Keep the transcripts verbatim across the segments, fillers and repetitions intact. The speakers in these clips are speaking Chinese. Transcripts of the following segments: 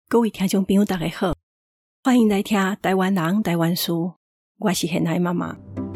各位听众朋友大家好，欢迎来听台湾人台湾事，我是贤爱妈妈。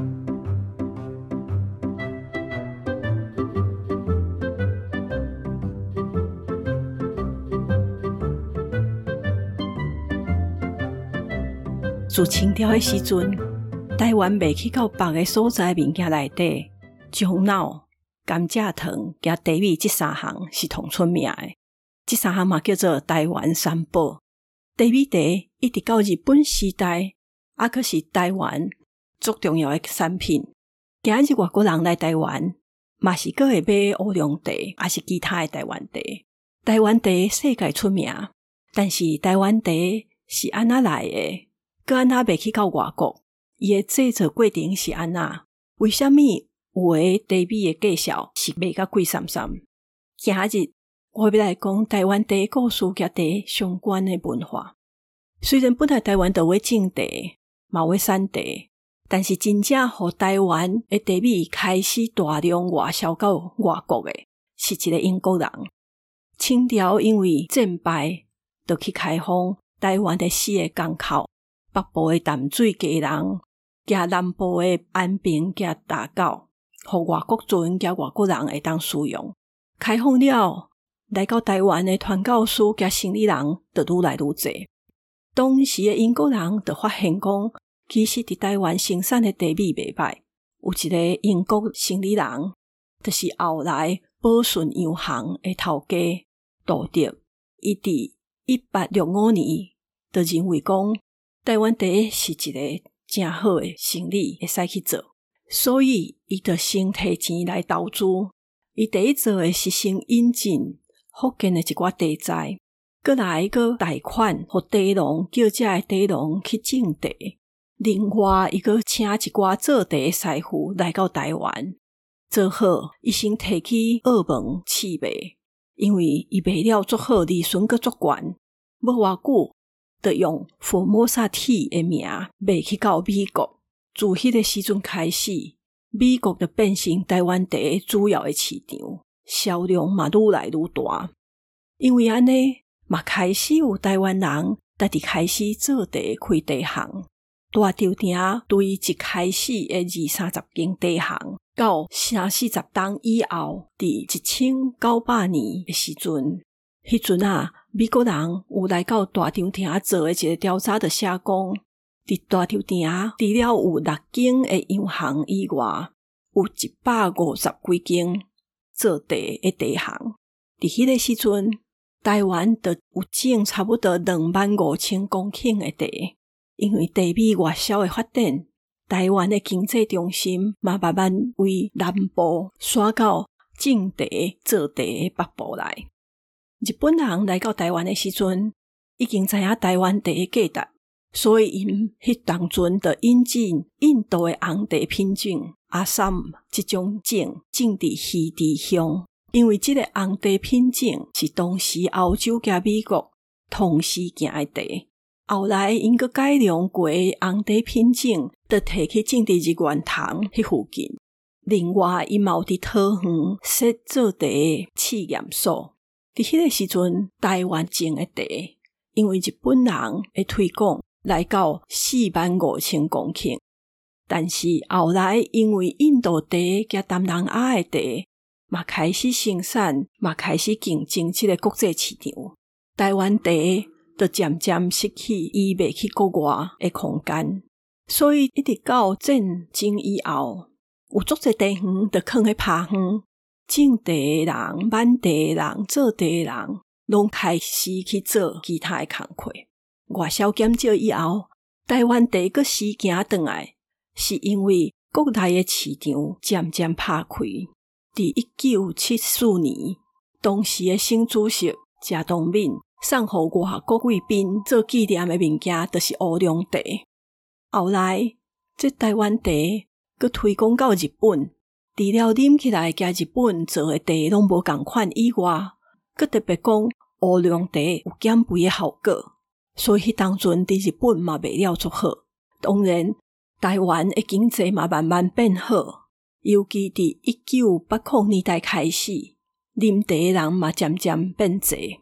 自清朝的时阵，台湾卖去到别个所在的物件内底，樟脑、甘蔗糖加茶米这三项是同出名的。这三项嘛叫做台湾三宝。茶米茶一直到日本时代，还可是台湾最重要的产品。今日外国人来台湾，嘛是还会买乌龙茶，还是其他的台湾茶。台湾茶世界出名，但是台湾茶是安怎来的？搁安怎卖去到外国？伊的制作过程是安怎？为什么有的茶米的价销是卖甲贵三三？今日我要来讲台湾茶故事甲茶相关的文化。虽然本来台湾就会种茶，嘛会产茶，但是真正互台湾的茶米开始大量外销到外国的，是一个英国人。清朝因为战败，就去开放台湾的四个港口，北部的淡水佳人，加南部的安平加打狗，互外国船加外国人会当使用。开放了，来到台湾的传教士加生理人就愈来愈多。当时的英国人就发现讲，其实伫台湾生产的茶米袂歹。有一个英国生理人，就是后来宝顺洋行的头家杜德，伊伫一八六五年就认为讲，台湾茶是一个真好的生意，会使去做，所以伊就先摕钱来投资。伊第一做的是先引进福建的一寡茶材，搁来搁贷款互茶农，叫这的茶农去种茶。另外，伊搁请一寡做茶的师傅来到台湾做好，伊先提起澳门试卖，因为伊卖了足好，利润搁足悬，无偌久就用福摩萨铁的名卖去到美国。自迄个时阵开始，美国就变成台湾茶主要的市场，销量嘛愈来愈大。因为安尼，嘛开始有台湾人家己开始做茶开茶行。大潮埕对一开始的二三十间茶行，到三四十档以后，伫一千九百年的时阵，迄阵啊，美国人有来到大潮埕做的一个调查，就写讲，伫大潮埕除了有六间的洋行以外，有一百五十几间做茶的茶行。伫迄个时阵，台湾就有种差不多两万五千公顷的茶。因为茶米外销的发展，台湾的经济中心嘛慢慢为南部刷到种茶做茶的北部来。日本人来到台湾的时阵，已经知影台湾茶的价值，所以因迄当阵就引进印度的红茶品种阿三这种种种伫稀地乡。因为这个红茶品种是当时欧洲加美国同时行的茶。后来因个改良过红茶品种，就摕去种伫日月潭迄附近。另外，因嘛有伫桃园设做茶的试验所。伫迄个时阵，台湾种的茶，因为日本人的推广来到四万五千公顷，但是后来因为印度茶加东南亚的茶嘛开始生产，嘛开始竞争这个国际市场，台湾茶就渐渐失去伊卖去国外的空间，所以一直到战争以后，有足侪茶园就囥喺拍园，种茶的人、挽茶的人、做茶的人，拢开始去做其他的工课。外销减少以后，台湾茶个时行转来，是因为国内的市场渐渐拍开。伫一九七四年，当时的新主席谢东闵送互外国贵宾做纪念的物件，就是乌龙茶。后来，这台湾茶佮推广到日本，除了啉起来甲日本做的茶拢无共款以外，佮特别讲乌龙茶有减肥的效果，所以当阵伫日本嘛卖了足好。当然，台湾的经济嘛慢慢变好，尤其伫一九八零年代开始，啉茶的人嘛渐渐变侪。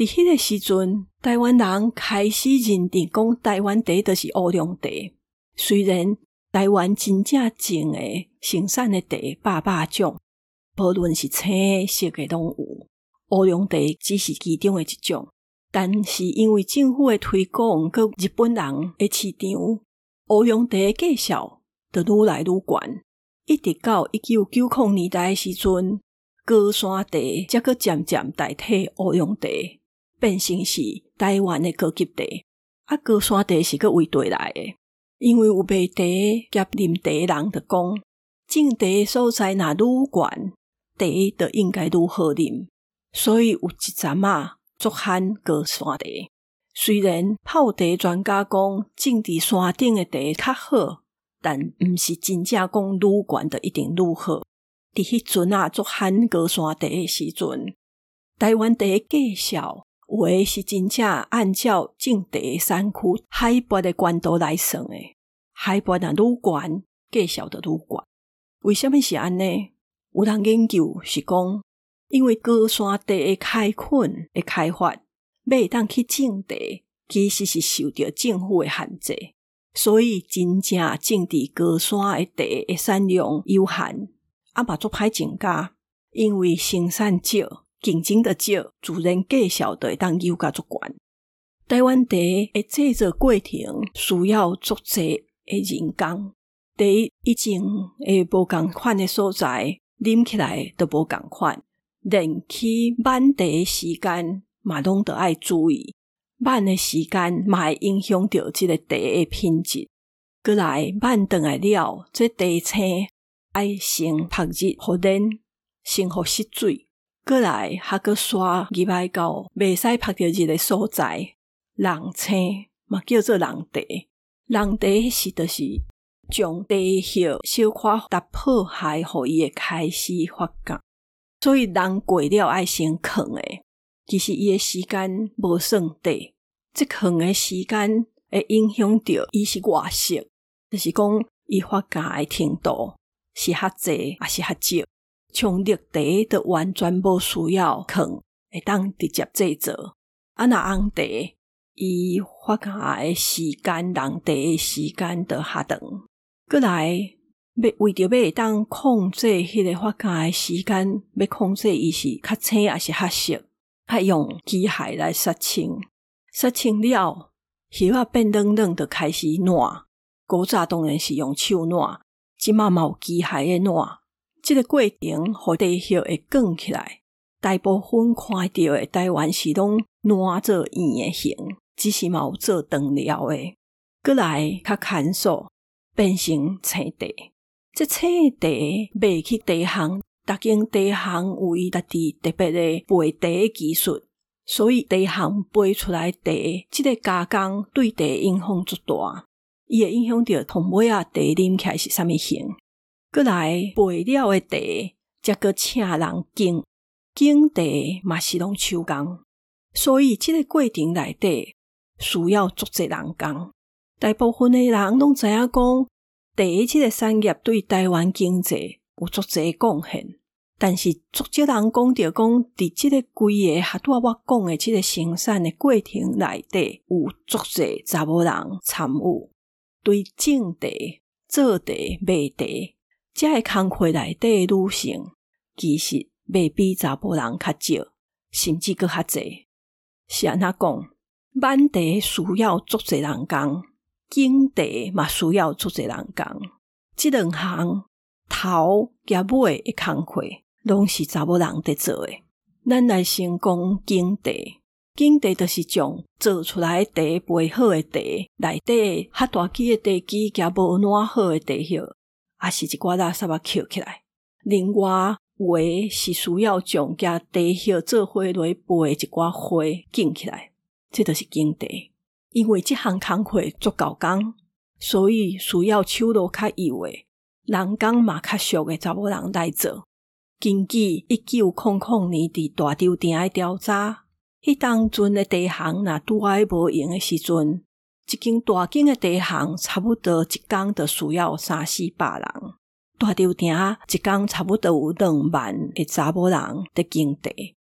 伫迄个时阵，台湾人开始认定讲台湾茶就是乌龙茶。虽然台湾真正种的生产的茶百百种，无论是青的、色的拢有，乌龙茶只是其中的一种。但是因为政府的推广佮日本人的市场，乌龙茶的价销就愈来愈悬，一直到一九九零年代的时阵，高山茶才佮渐渐代替乌龙茶，变成是台湾的高级茶。啊，高山茶是佮为地来的，因为有卖茶兼啉茶的人就讲，种茶的所在若愈悬，茶就应该愈好啉，所以有一阵啊足罕高山茶。虽然泡茶专家讲种伫山顶的茶较好，但毋是真正讲愈悬就一定愈好。伫迄阵啊足罕高山茶的时阵，台湾茶的价销有的是真正按照种茶的产区海拔的悬度来算的，海拔若愈悬，价销就愈悬。为什么是安尼？有人研究是讲，因为高山茶的开垦的开发，要当去种茶，其实是受到政府的限制，所以真正种伫高山的茶的产量有限，啊嘛足歹增加，因为生产少，竞争就少，自然价销就会当有甲足悬。台湾茶的制作过程需要足济的人工，第一以前会无共款的所在，啉起来都无共款。连去挽茶的时间嘛拢得爱注意，挽的时间嘛会影响到这个茶的品质。过来挽转来了，这茶青爱先曝日互冷，先互湿水，过来还阁刷入来到袂使曝着日的所在，人青嘛叫做人茶。人茶迄时就是将茶叶小可搭破坏，互伊会开始发芽。所以人过了爱先藏诶，其实伊诶时间无算短，这藏诶时间会影响到伊是偌色，就是讲伊发芽诶程度是较济还是较少。像绿茶就完全无需要藏，会当直接制作。啊，若红茶伊发芽诶时间、人茶诶时间就较长。过来。要为着要会当控制迄个发芽的时间，要控制伊是较青还是较色，爱用机械来杀青。杀青了，叶仔变软软就开始烂。古早当然是用手烂，即马嘛有机械的烂。这个过程，互茶叶会卷起来。大部分看到的台湾是拢烂做圆的形，只是嘛有做长条的。过来较简素，变成青茶。这青茶卖去茶行，逐间茶行有伊家己特别的焙茶的技术，所以茶行焙出来茶，这个加工对茶影响足大，伊会影响到通尾啊茶啉起来是啥物形。过来焙了的茶，才阁请人拣，拣茶嘛是拢手工，所以这个过程内底需要足济人工。大部分的人拢知影讲。茶这个产业对台湾经济有足济贡献，但是足少人讲到讲，伫这个规个拄仔我讲的这个生产的过程内底，有足济查某人参与，对种茶、做茶、卖茶，这个工课内底的女性，其实未比查某人较少，甚至阁较济。是安怎讲？挽茶需要足济人工。种茶嘛需要足济人工，这两项头甲尾的工课，拢是查某人在做的。咱来先讲种茶，种茶就是将做出来的茶焙好的茶，内底较大支的茶枝甲无烂好的茶叶，也是一寡垃圾啊捡起来。另外，有的是需要将甲茶叶做花落焙一寡花捡起来，这就是种茶。因为这项工课足够工，所以需要手路较幼的、人工嘛较俗的查某人来做。根据一九零零年伫大稻埕的调查，迄当阵的茶行若拄爱无用的时阵，一间大间的茶行差不多一工就需要三四百人。大稻埕一工差不多有两万个查某人在种茶。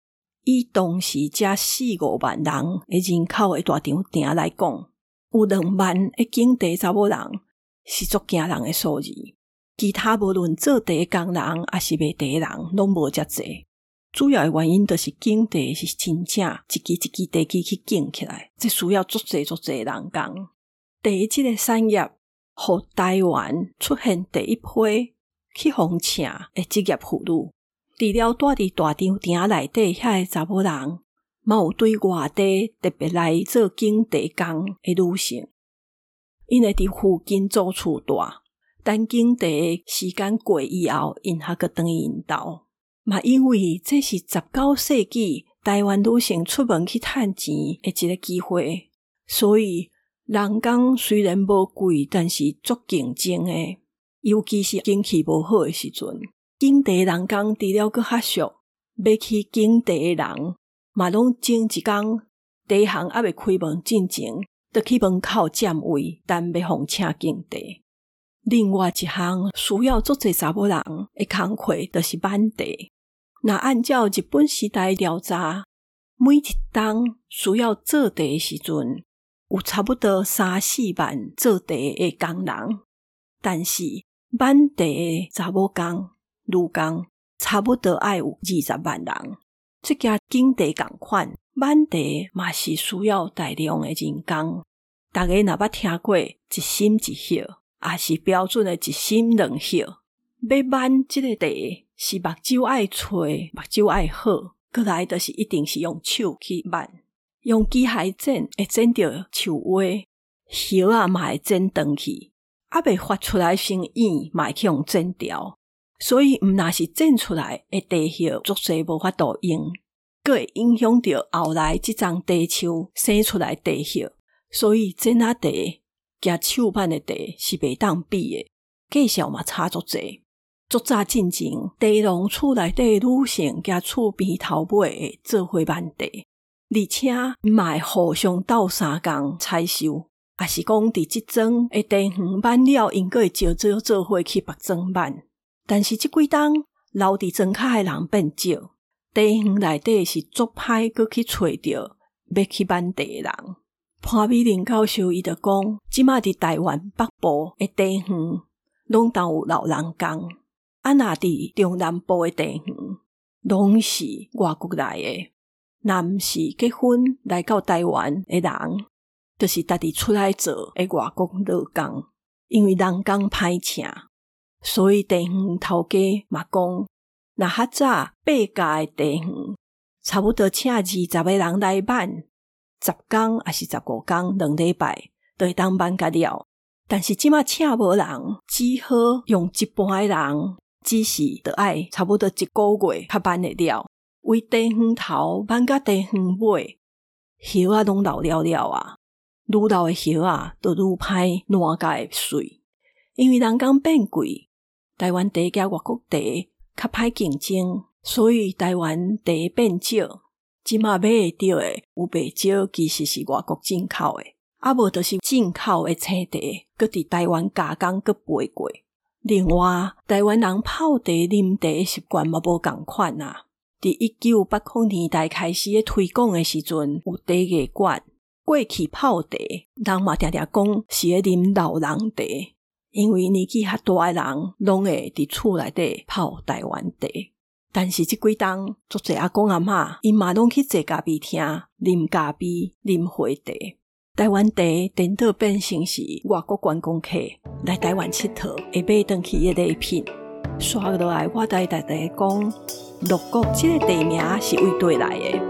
以当时这四五万人的人口的大场埕来讲，有两万的种地查某人是足惊人的数字。其他无论做地工人还是卖地人拢无遮济，主要的原因就是种地是真正一支一支地基去建起来，这需要足济足济人工。地这个产业互台湾出现第一批去风请的职业妇女，除了住伫大场埕内底遐个查某人，嘛有对外地特别来做种地工的女性，因会伫附近租厝住。等种地时间过以后，因还佫回因兜。嘛因为这是十九世纪台湾女性出门去趁钱的一个机会，所以人工虽然无贵，但是足竞争的。尤其是景气无好的时阵，种地人工除了佫较俗，要去种地的人嘛拢种一工，地行还未开门进前，就去门口占位，等要奉请种地。另外一项需要足侪查某人的工课就是挽地。若按照日本时代调查，每一冬需要做地的时阵，有差不多三四万做地的工人，但是挽地的查某工、女工差不多要有二十万人。这甲种地同款，挽地嘛是需要大量的人工。大家若捌听过一心一歇，也是标准的一心两歇。要挽这个地，是目睭爱揣，目睭爱好，过来就是一定是用手去挽，用机械剪会剪到树尾，叶啊嘛会剪断去，还未发出来声音嘛会去用剪掉，所以毋若是剪出来的地叶足侪无法度用，佫会影响到后来这丛地树生出来地叶，所以剪仔地甲手挽的地是袂当比的，价数嘛差足侪。足早进前，地农厝内底女性甲厝边头尾会做伙挽地，而且嘛会互相斗相共采收，也是讲伫即庄的地园挽了，因佫会招招做伙去别庄挽。但是即几冬留伫庄脚的人变少，地园内底是足歹佫去找着要去挽地的人。潘美玲教授伊就讲，即马伫台湾北部的地园拢当有老人工，啊若伫中南部的地园拢是外国来的，若毋是结婚来到台湾的人，就是家己出来做的外国劳工。因为人工歹请，所以地园头家嘛讲，若较早八家的地园差不多请二十个人来挽，十工还是十五工两礼拜就会当挽甲了。但是即马请无人，只好用一般的人，只是就爱差不多一个月较挽会了。为地园头挽甲地园尾，叶啊拢老了了啊，愈老的叶啊就愈歹烂甲会水。因为人工变贵，台湾地甲外国地较歹竞争，所以台湾地变少。即马买会到的有袂少其实是外国进口的，啊无就是进口的青地，佫伫台湾加工佫飞过。另外，台湾人泡地啉地的习惯嘛无共款啊。伫一九八零年代开始咧推广的时阵，有地艺馆。过去泡地，人嘛常常讲是咧啉老人地，因为年纪较大的人拢会伫厝内底泡台湾地。但是即几冬，足侪阿公阿嬷，因嘛拢去坐咖啡厅啉咖啡、啉花茶。台湾地颠倒变成是外国观光客来台湾佚佗会买回去的礼品。刷落来，我带大家讲，鹿谷这个地名是为对来的。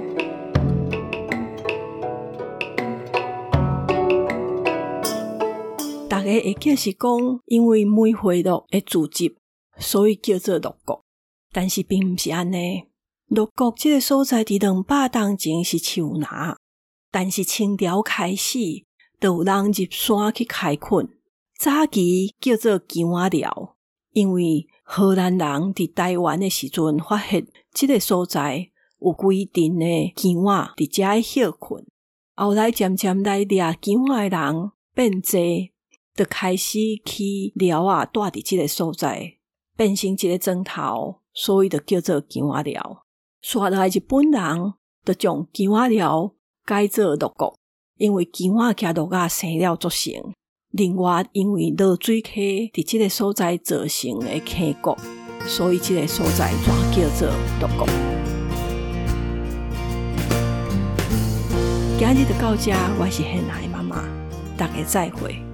大家会记是讲，因为梅花鹿的聚集，所以叫做鹿谷。但是并毋是安尼，鹿谷这个所在伫两百年前是树林，但是清朝开始就有人入山去开垦，早期叫做姜仔寮，因为荷兰人伫台湾的时阵发现这个所在有规定的姜仔伫遮的休困，后来渐渐来掠姜仔的人变济，就开始去寮啊住伫这个所在，变成一个庄头。所以就叫做姜仔寮。 刷来日本人就将姜仔寮改做鹿角，因为姜仔甲鹿仔生了足成。另外，因为落水溪伫即个所在造成的溪谷，所以即个所在全叫做鹿角。今日就到这，我是现来妈妈，大家再会。